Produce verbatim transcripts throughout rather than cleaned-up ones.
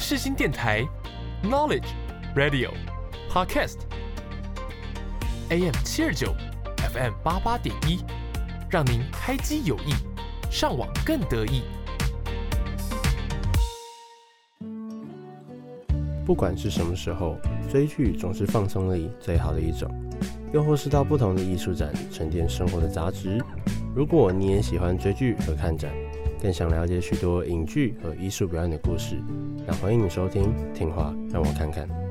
世新电台 Knowledge Radio Podcast A M 七二九 F M 八八点一，让您开机有益，上网更得意。 不管是什么时候，追剧总是放松力最好的一种，又或是到不同的艺术展沉淀生活的杂质。如果你也喜欢追剧和看展，更想了解许多影剧和艺术表演的故事，那欢迎你收听听话让我看看。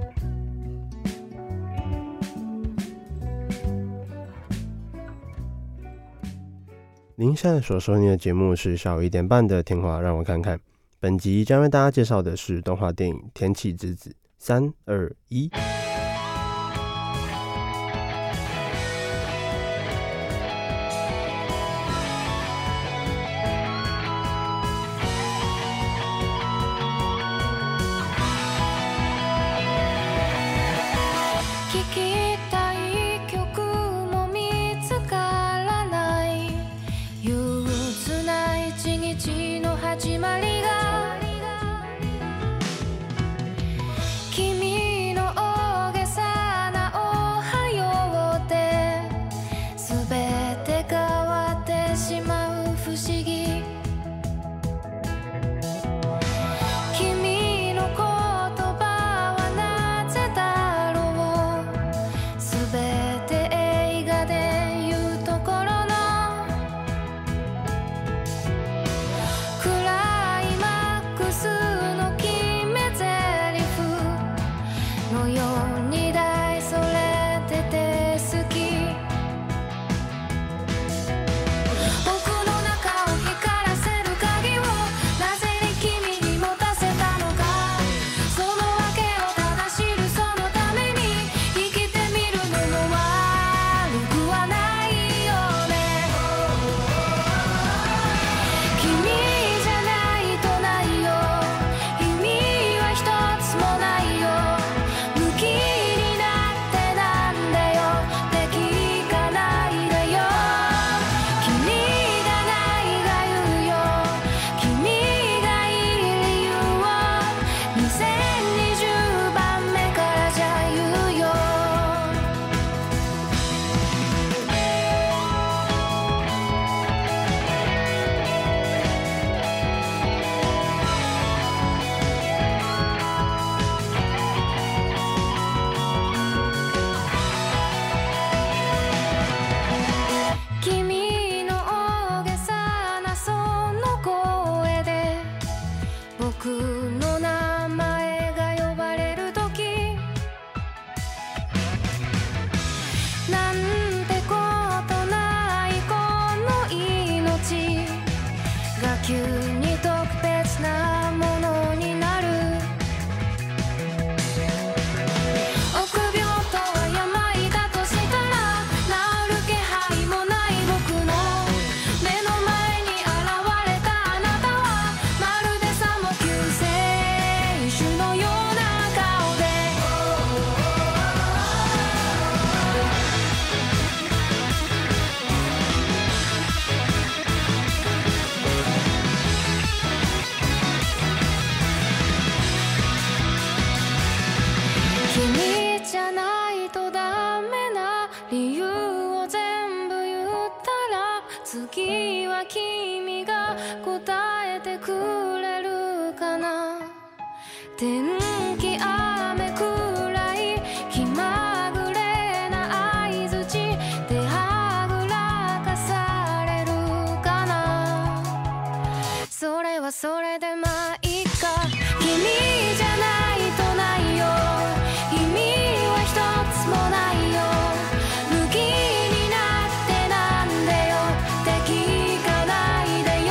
您现在所收听的节目是下午一点半的听话让我看看。本集将为大家介绍的是动画电影《天气之子》。三二一。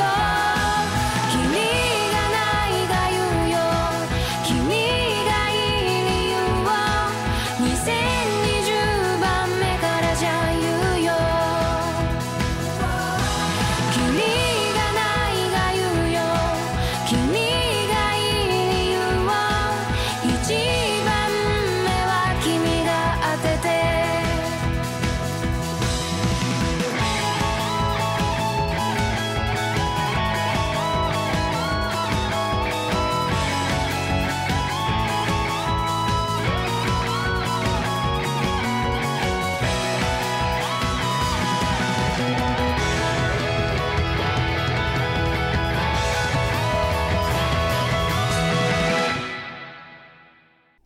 君がないが言うよ君がい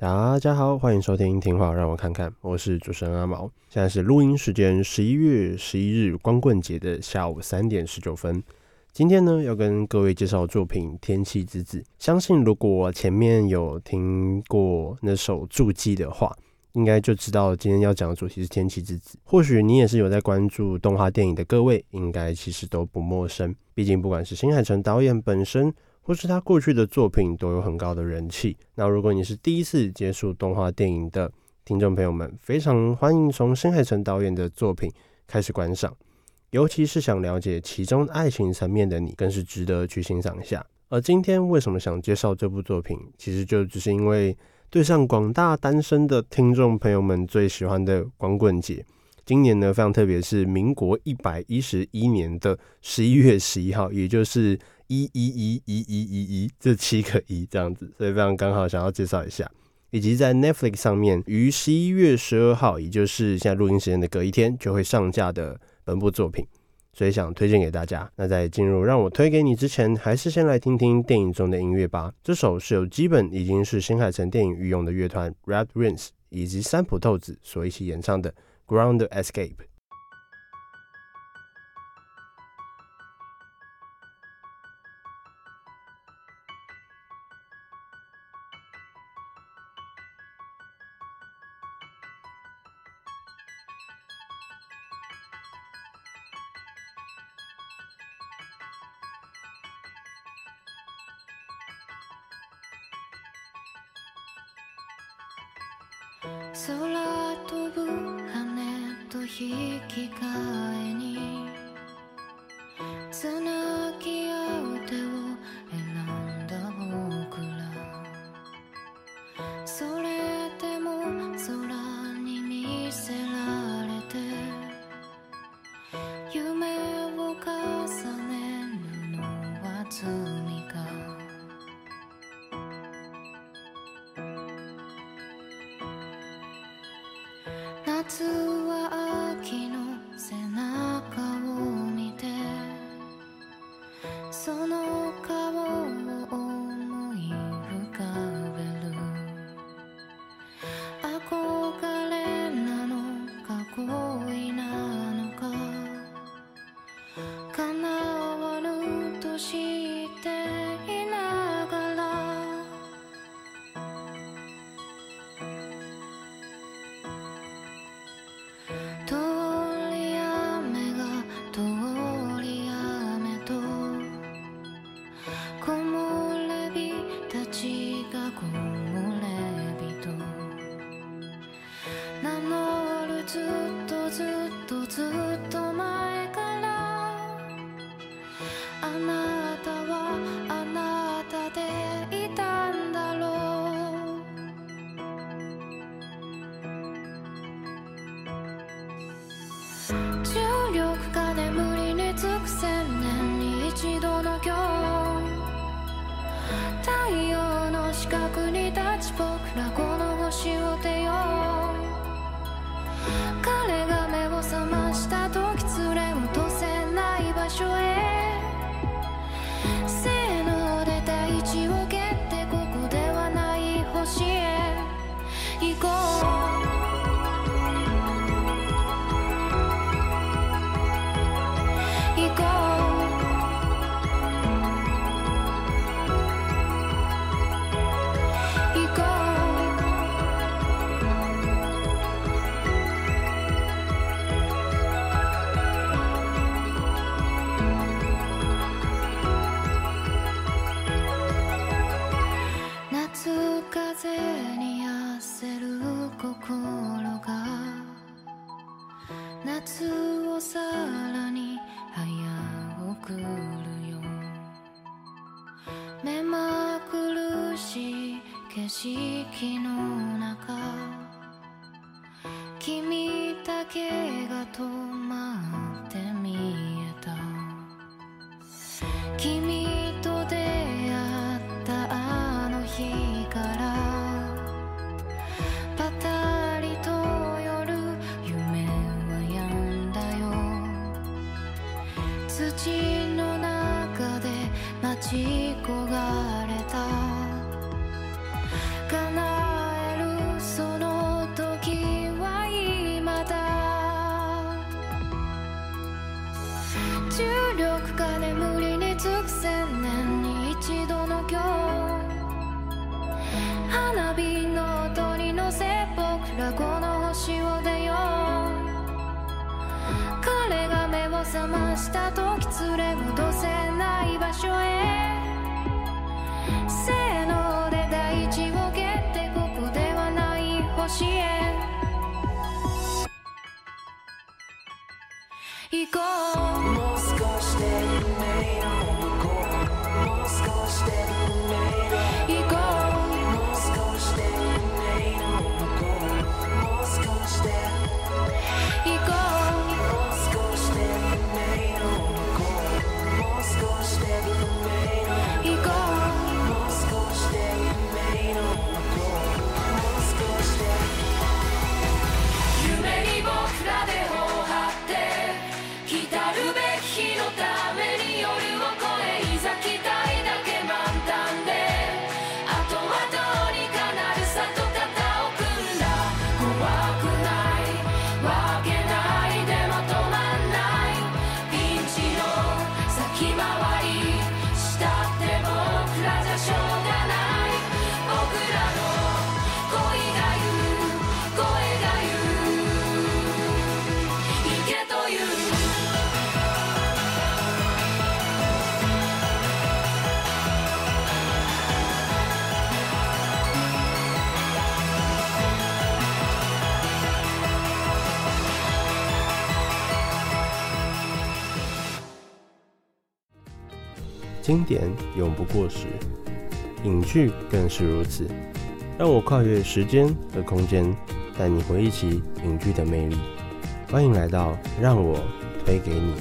大家好，欢迎收听听话让我看看，我是主持人阿毛。现在是录音时间十一月十一日光棍节的下午三点十九分。今天呢，要跟各位介绍作品《天气之子》。相信如果前面有听过那首注记的话，应该就知道今天要讲的主题是《天气之子》。或许你也是有在关注动画电影的各位，应该其实都不陌生。毕竟不管是新海诚导演本身，或是他过去的作品都有很高的人气。那如果你是第一次接触动画电影的听众朋友们，非常欢迎从新海诚导演的作品开始观赏，尤其是想了解其中爱情层面的你，更是值得去欣赏一下。而今天为什么想介绍这部作品，其实就只是因为对上广大单身的听众朋友们最喜欢的光棍节。今年呢非常特别，是民国一百一十一年的十一月十一号，也就是一一一一一一一这七个一这样子，所以非常刚好想要介绍一下。以及在 Netflix 上面于十一月十二号，也就是现在录音时间的隔一天就会上架的本部作品，所以想推荐给大家。那在进入让我推给你之前，还是先来听听电影中的音乐吧。这首是由基本已经是新海诚電影御用的乐团 Red Wings 以及三浦透子所一起演唱的 Ground Escape。 空飛ぶ羽と引き換えにつなぎ合う手を選んだ僕ら、それでも空に見せられて夢を重ねるのは罪か。夏は秋の背中を見てその顔を思い浮かべる。憧れなのか恋なのか叶わぬとしていながら通り雨が通り雨と木漏れ日たちが木漏れ日と名乗るずっとずっとずっと前からあなたはあなたでいたんだろう。重力下で無理につく千年に一度の今日、太陽の四角に立ち僕らこの星を出よう。彼が目を覚ました時連れ落とせない場所へせーので大地を蹴ってここではない星へ行こう。夏風に焦る心が夏をさらに早送るよ。目まぐるしい景色の中君だけが止まって見えた。君と出会ったあの日からパタリと夜夢は止んだよ。土の中で待ち焦がれた叶え花火の音に乗せ僕らこの星を出よう彼が目を覚ました時連れ戻せない場所へせーので大地を蹴ってここではない星へ行こうもう少しで夢の向こうもう少しで夢の行こうもう少しで夢の向こうもう少しで行こうもう少しで夢の向こうもう少しで夢の行こうもう少しで夢の向こうもう少しで夢に僕らで頬張って来るべき日のために夜を越えいざ期待だけ満タンであとはどうにかなるさと肩を組んだ怖くないわけないでも止まんないピンチの先回りしたって僕らじゃしょうがない僕らの恋が言う声が言う行けという经典永不过时，影剧更是如此。让我跨越时间和空间，带你回忆起影剧的魅力。欢迎来到让我推给你。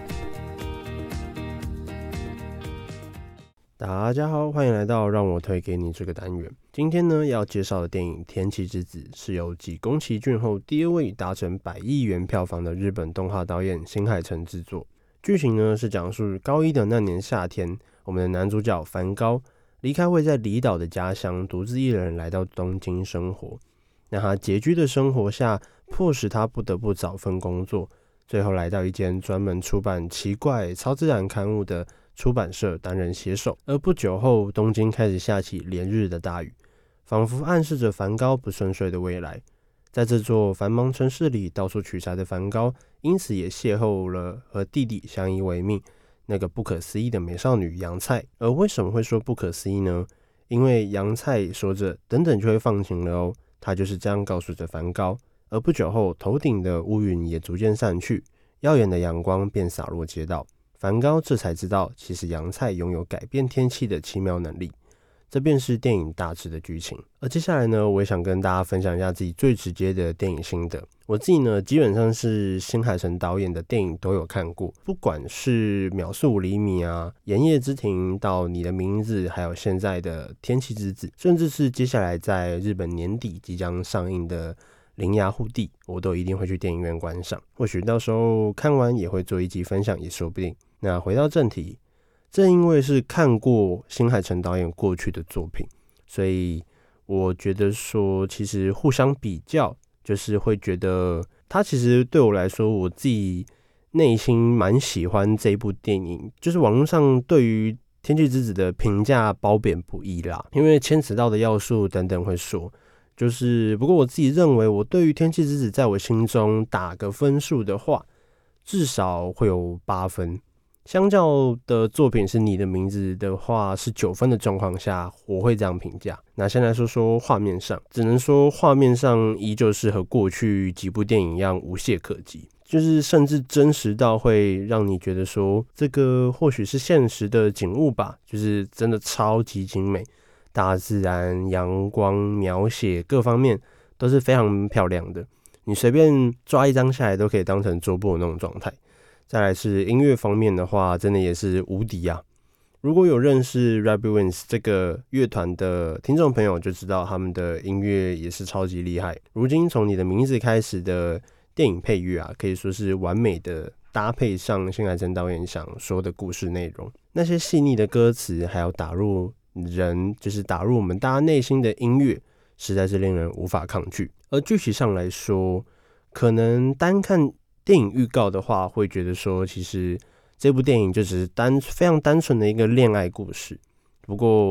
大家好，欢迎来到让我推给你这个单元。今天呢，要介绍的电影《天气之子》是由继宫崎骏后第二位达成百亿元票房的日本动画导演新海诚制作。剧情呢是讲述高一的那年夏天，我们的男主角梵高离开位在离岛的家乡，独自一人来到东京生活。那他拮据的生活下，迫使他不得不找份工作，最后来到一间专门出版奇怪超自然刊物的出版社担任写手。而不久后，东京开始下起连日的大雨，仿佛暗示着梵高不顺遂的未来。在这座繁忙城市里到处取材的梵高，因此也邂逅了和弟弟相依为命那个不可思议的美少女杨菜。而为什么会说不可思议呢？因为杨菜说着等等就会放晴了哦，她就是这样告诉着梵高。而不久后，头顶的乌云也逐渐散去，耀眼的阳光便洒落街道。梵高这才知道，其实杨菜拥有改变天气的奇妙能力。这便是电影大致的剧情。而接下来呢，我也想跟大家分享一下自己最直接的电影心得。我自己呢，基本上是新海诚导演的电影都有看过，不管是《秒速五厘米》啊，《炎夜之庭》到《你的名字》，还有现在的《天气之子》，甚至是接下来在日本年底即将上映的《铃芽护地》，我都一定会去电影院观赏。或许到时候看完也会做一集分享，也说不定。那回到正题。正因为是看过新海诚导演过去的作品，所以我觉得说其实互相比较，就是会觉得他其实对我来说，我自己内心蛮喜欢这一部电影。就是网络上对于《天气之子》的评价褒贬不一啦，因为牵扯到的要素等等会说。就是不过我自己认为，我对于《天气之子》在我心中打个分数的话，至少会有八分。相较的作品是你的名字的话是九分的状况下，我会这样评价。那先来说说画面上，只能说画面上依旧是和过去几部电影一样无懈可击，就是甚至真实到会让你觉得说这个或许是现实的景物吧，就是真的超级精美，大自然、阳光描写各方面都是非常漂亮的，你随便抓一张下来都可以当成桌布的那种状态。再来是音乐方面的话，真的也是无敌啊！如果有认识 Rabbit Wings 这个乐团的听众朋友就知道，他们的音乐也是超级厉害。如今从你的名字开始的电影配乐啊，可以说是完美的搭配上新海诚导演想说的故事内容。那些细腻的歌词，还有打入人，就是打入我们大家内心的音乐，实在是令人无法抗拒。而具体上来说，可能单看电影预告的话，会觉得说，其实这部电影就只是单非常单纯的一个恋爱故事。不过，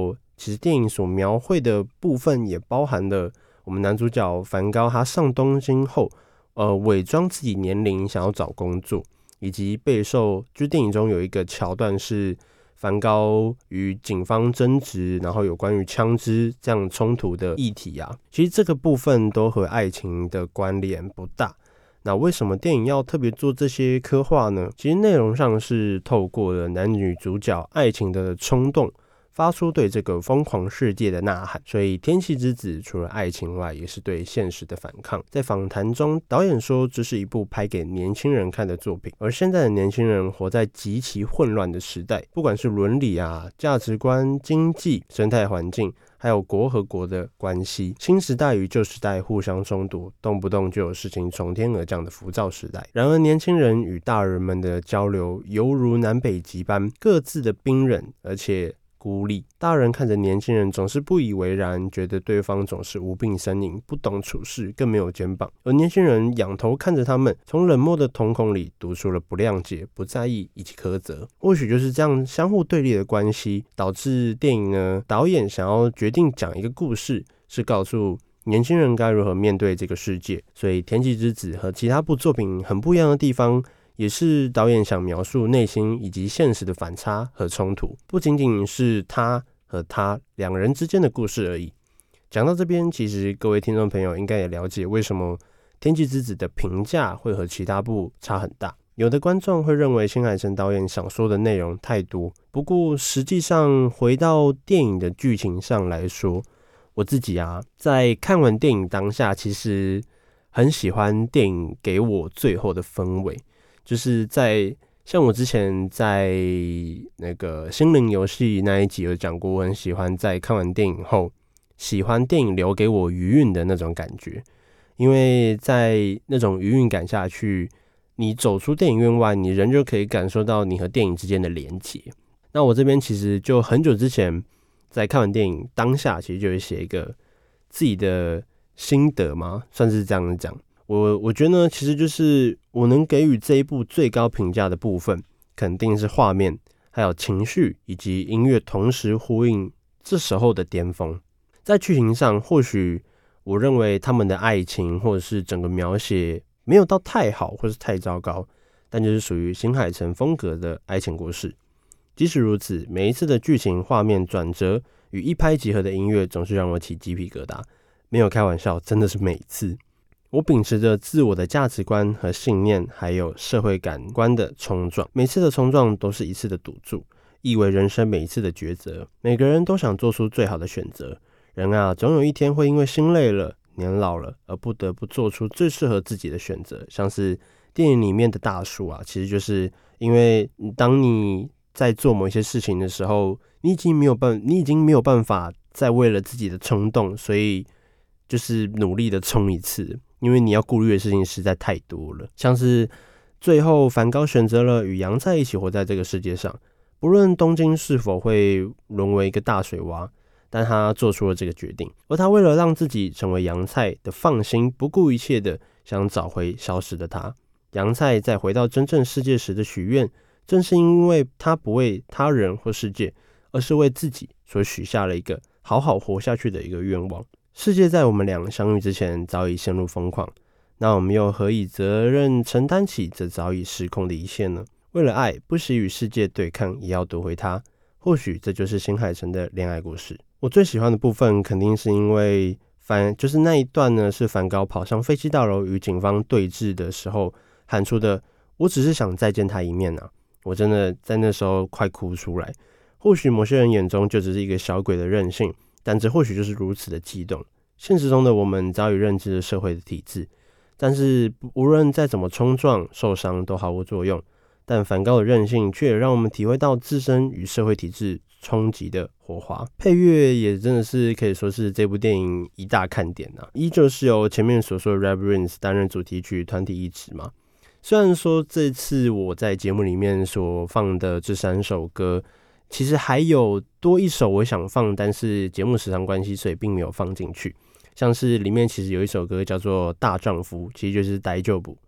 其实电影所描绘的部分也包含了我们男主角梵高他上东京后，呃，伪装自己年龄想要找工作，以及备受，就是电影中有一个桥段是梵高与警方争执，然后有关于枪支这样冲突的议题啊，其实这个部分都和爱情的关联不大。那为什么电影要特别做这些刻画呢？其实内容上是透过了男女主角爱情的冲动，发出对这个疯狂世界的呐喊。所以天气之子除了爱情外，也是对现实的反抗。在访谈中，导演说这是一部拍给年轻人看的作品，而现在的年轻人活在极其混乱的时代，不管是伦理啊、价值观、经济、生态环境，还有国和国的关系，新时代与旧时代互相冲突，动不动就有事情从天而降的浮躁时代。然而年轻人与大人们的交流犹如南北极般，各自的冰冷而且孤立。大人看着年轻人总是不以为然，觉得对方总是无病呻吟，不懂处事，更没有肩膀。而年轻人仰头看着他们，从冷漠的瞳孔里读出了不谅解、不在意以及苛责。或许就是这样相互对立的关系，导致电影呢，导演想要决定讲一个故事，是告诉年轻人该如何面对这个世界。所以《天气之子》和其他部作品很不一样的地方，也是导演想描述内心以及现实的反差和冲突，不仅仅是他和他两人之间的故事而已。讲到这边，其实各位听众朋友应该也了解为什么《天气之子》的评价会和其他部差很大。有的观众会认为新海诚导演想说的内容太多，不过实际上回到电影的剧情上来说，我自己啊，在看完电影当下，其实很喜欢电影给我最后的氛围。就是在像我之前在那个心灵游戏那一集有讲过，我很喜欢在看完电影后，喜欢电影留给我余韵的那种感觉。因为在那种余韵感下去，你走出电影院外，你人就可以感受到你和电影之间的连结。那我这边其实就很久之前在看完电影当下，其实就会写一个自己的心得嘛，算是这样讲。我我觉得呢，其实就是我能给予这一部最高评价的部分，肯定是画面、还有情绪以及音乐同时呼应这时候的巅峰。在剧情上，或许我认为他们的爱情或者是整个描写没有到太好或是太糟糕，但就是属于新海诚风格的爱情故事。即使如此，每一次的剧情画面转折与一拍即合的音乐，总是让我起鸡皮疙瘩。没有开玩笑，真的是每次。我秉持着自我的价值观和信念，还有社会感官的冲撞，每次的冲撞都是一次的赌注，意为人生每一次的抉择。每个人都想做出最好的选择，人啊，总有一天会因为心累了、年老了，而不得不做出最适合自己的选择。像是电影里面的大叔啊，其实就是因为当你在做某一些事情的时候，你已经没有办，你已经没有办法再为了自己的冲动，所以就是努力的冲一次。因为你要顾虑的事情实在太多了，像是最后梵高选择了与洋菜一起活在这个世界上，不论东京是否会沦为一个大水洼，但他做出了这个决定。而他为了让自己成为洋菜的放心，不顾一切的想找回消失的他。洋菜在回到真正世界时的许愿，正是因为他不为他人或世界，而是为自己所许下了一个好好活下去的一个愿望。世界在我们俩相遇之前早已陷入疯狂，那我们又何以责任承担起这早已失控的一切呢？为了爱，不惜与世界对抗，也要夺回它。或许这就是新海诚的恋爱故事。我最喜欢的部分，肯定是因为梵，就是那一段呢，是梵高跑上废弃大楼与警方对峙的时候喊出的“我只是想再见他一面啊”，我真的在那时候快哭出来。或许某些人眼中就只是一个小鬼的任性，但这或许就是如此的激动。现实中的我们早已认知了社会的体制，但是无论再怎么冲撞、受伤都毫无作用。但梵高的韧性却也让我们体会到自身与社会体制冲击的火花。配乐也真的是可以说是这部电影一大看点啊，依旧是由前面所说的 Labyrinth 担任主题曲团体一职嘛。虽然说这次我在节目里面所放的这三首歌，其实还有多一首我想放，但是节目时长关系，所以并没有放进去。像是里面其实有一首歌叫做《大丈夫》，其实就是呆就补。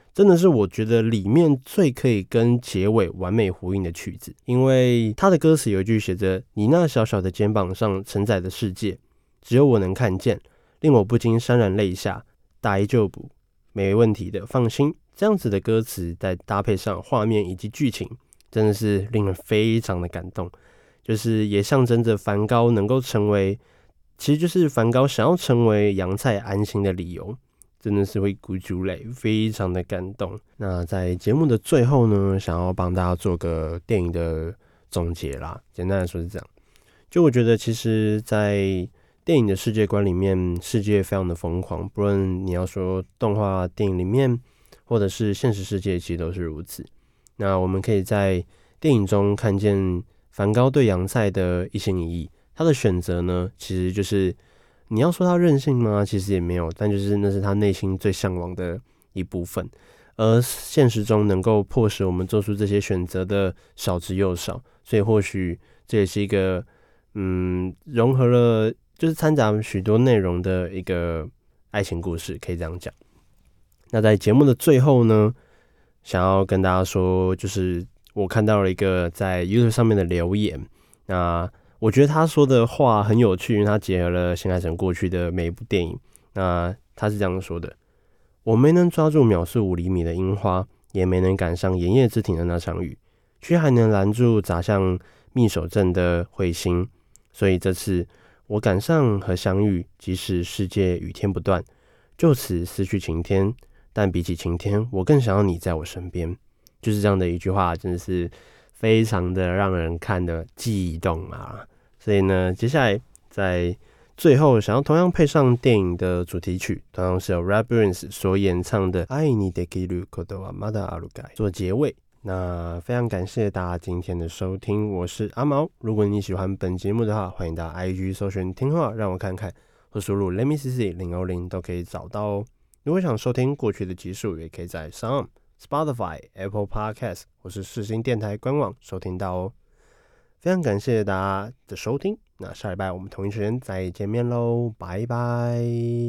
真的是我觉得里面最可以跟结尾完美呼应的曲子，因为它的歌词有一句写着：“你那小小的肩膀上承载的世界，只有我能看见，令我不禁潸然泪下。大丈夫，没问题的，放心。”这样子的歌词，再搭配上画面以及剧情，真的是令人非常的感动。就是也象征着梵高能够成为，其实就是梵高想要成为杨菜安心的理由。真的是会鼓足泪，非常的感动。那在节目的最后呢，想要帮大家做个电影的总结啦。简单来说是这样，就我觉得其实在电影的世界观里面，世界非常的疯狂，不论你要说动画电影里面，或者是现实世界，其实都是如此。那我们可以在电影中看见梵高对杨菜的一心一意，他的选择呢，其实就是你要说他任性吗？其实也没有，但就是那是他内心最向往的一部分。而现实中能够迫使我们做出这些选择的少之又少，所以或许这也是一个嗯融合了就是掺杂许多内容的一个爱情故事，可以这样讲。那在节目的最后呢，想要跟大家说，就是我看到了一个在 YouTube 上面的留言，那我觉得他说的话很有趣，因为他结合了新海诚过去的每一部电影。那他是这样说的：我没能抓住秒速五厘米的樱花，也没能赶上炎夜之庭的那场雨，却还能拦住砸向密守镇的彗星。所以这次我赶上和相遇，即使世界雨天不断，就此失去晴天，但比起晴天，我更想要你在我身边。就是这样的一句话，真的是非常的让人看得悸动啊！所以呢，接下来在最后想要同样配上电影的主题曲，同样是由 RadBurns 所演唱的《愛にできることはまだあるかい》做结尾。那非常感谢大家今天的收听，我是阿毛。如果你喜欢本节目的话，欢迎到 I G 搜寻听话让我看看，或输入 Let me see see 零零零都可以找到哦。如果想收听过去的集数，也可以在 Sound、Spotify、Apple Podcast 或是世新电台官网收听到哦。非常感谢大家的收听，那下礼拜我们同一时间再见面喽，拜拜。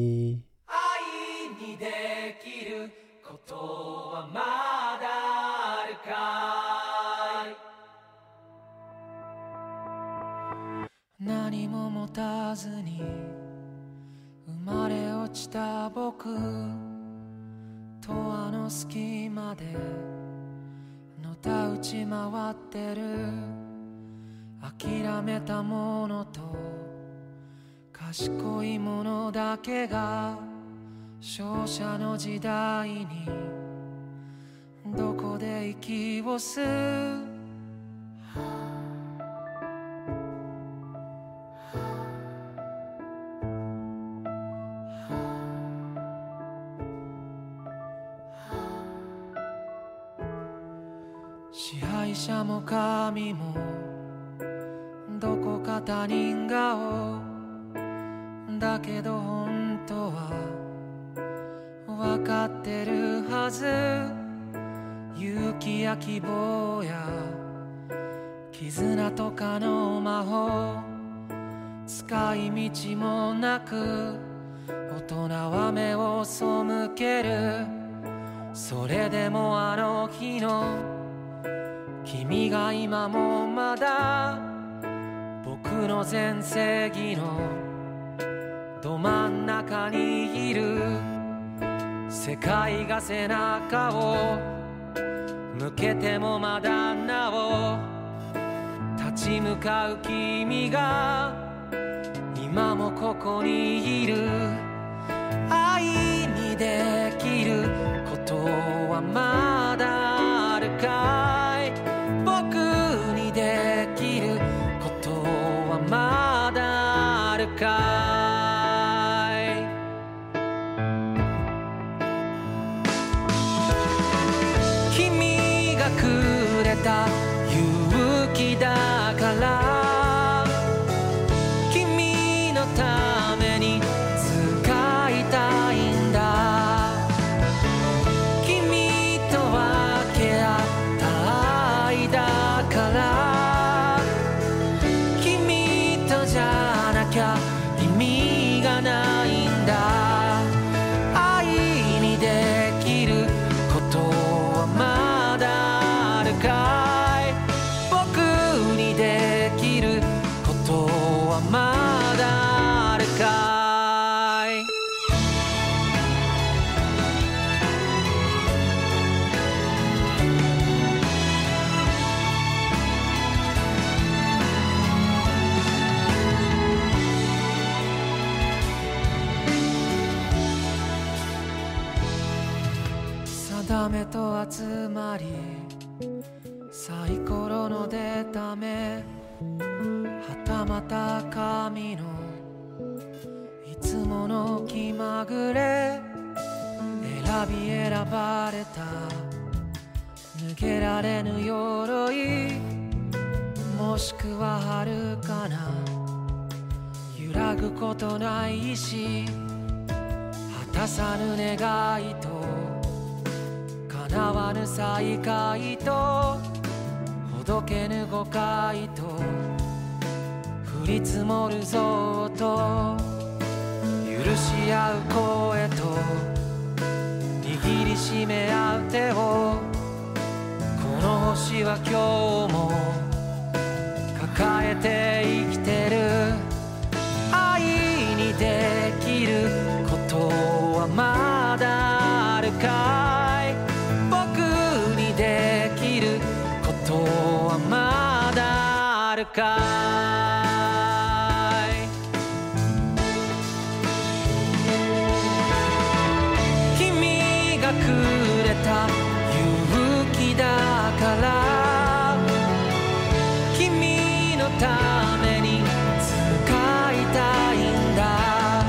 何も持たずに生まれ落ちた僕とあの隙間でのたうち回ってる諦めたものと賢いものだけが勝者の時代にどこで息を吸う支配者も神もどこか他人顔だけど本当は分かってるはず勇気や希望や絆とかの魔法使い道もなく大人は目を背けるそれでもあの日の君が今もまだ僕の全盛期のど真ん中にいる世界が背中を向けてもまだなお立ち向かう君が今もここにいる愛にできることはまだあるかい僕にできることはまだあるかい君がくれた勇気だから君のために使いたいんだ君と分け合った愛だから君とじゃなきゃ意味がないんだ愛にできることかい定めと集まりサイコロの出た目はたまた神のいつもの気まぐれ選び選ばれた抜けられぬ鎧もしくは遥かな揺らぐことないし果たさぬ願いと叶わぬ再会とほどけぬ誤解と降り積もるぞと許し合う声と握りしめ合う手をこの星は今日も抱えて生きてる愛にできることはまだあるかい僕にできることはまだあるかい君がくれた勇気だから君のために使いたいんだ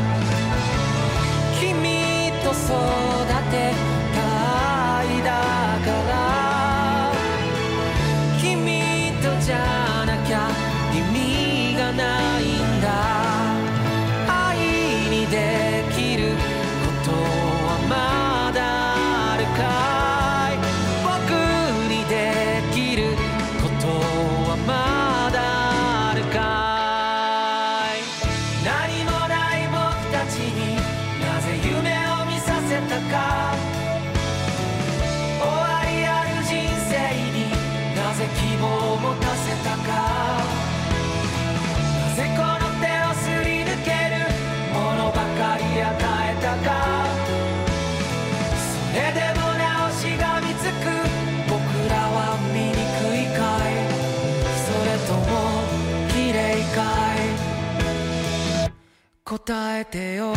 君と育てた愛だから君とじゃなきゃ意味がないんだ愛にできることはまだあるかい僕にできることはまだあるかい何もない僕たちになぜ夢を見させたか終わりある人生になぜ希望を持たせたかなぜこの手をすり抜けるものばかり与えたかそれでもなおしがみつく僕らは醜いかいそれとも綺麗かい答えてよ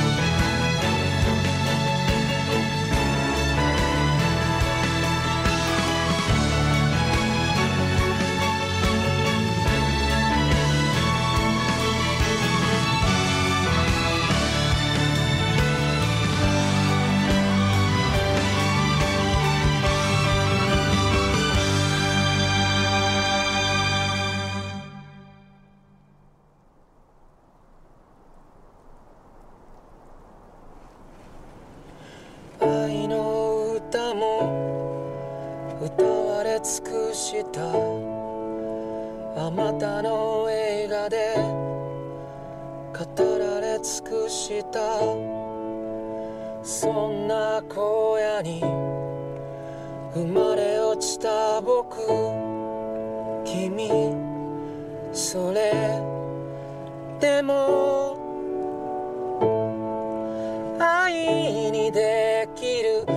愛の歌も歌われ尽くしたあまたの映画で語られ尽くしたそんな荒野に生まれ落ちた僕君それでも愛にできる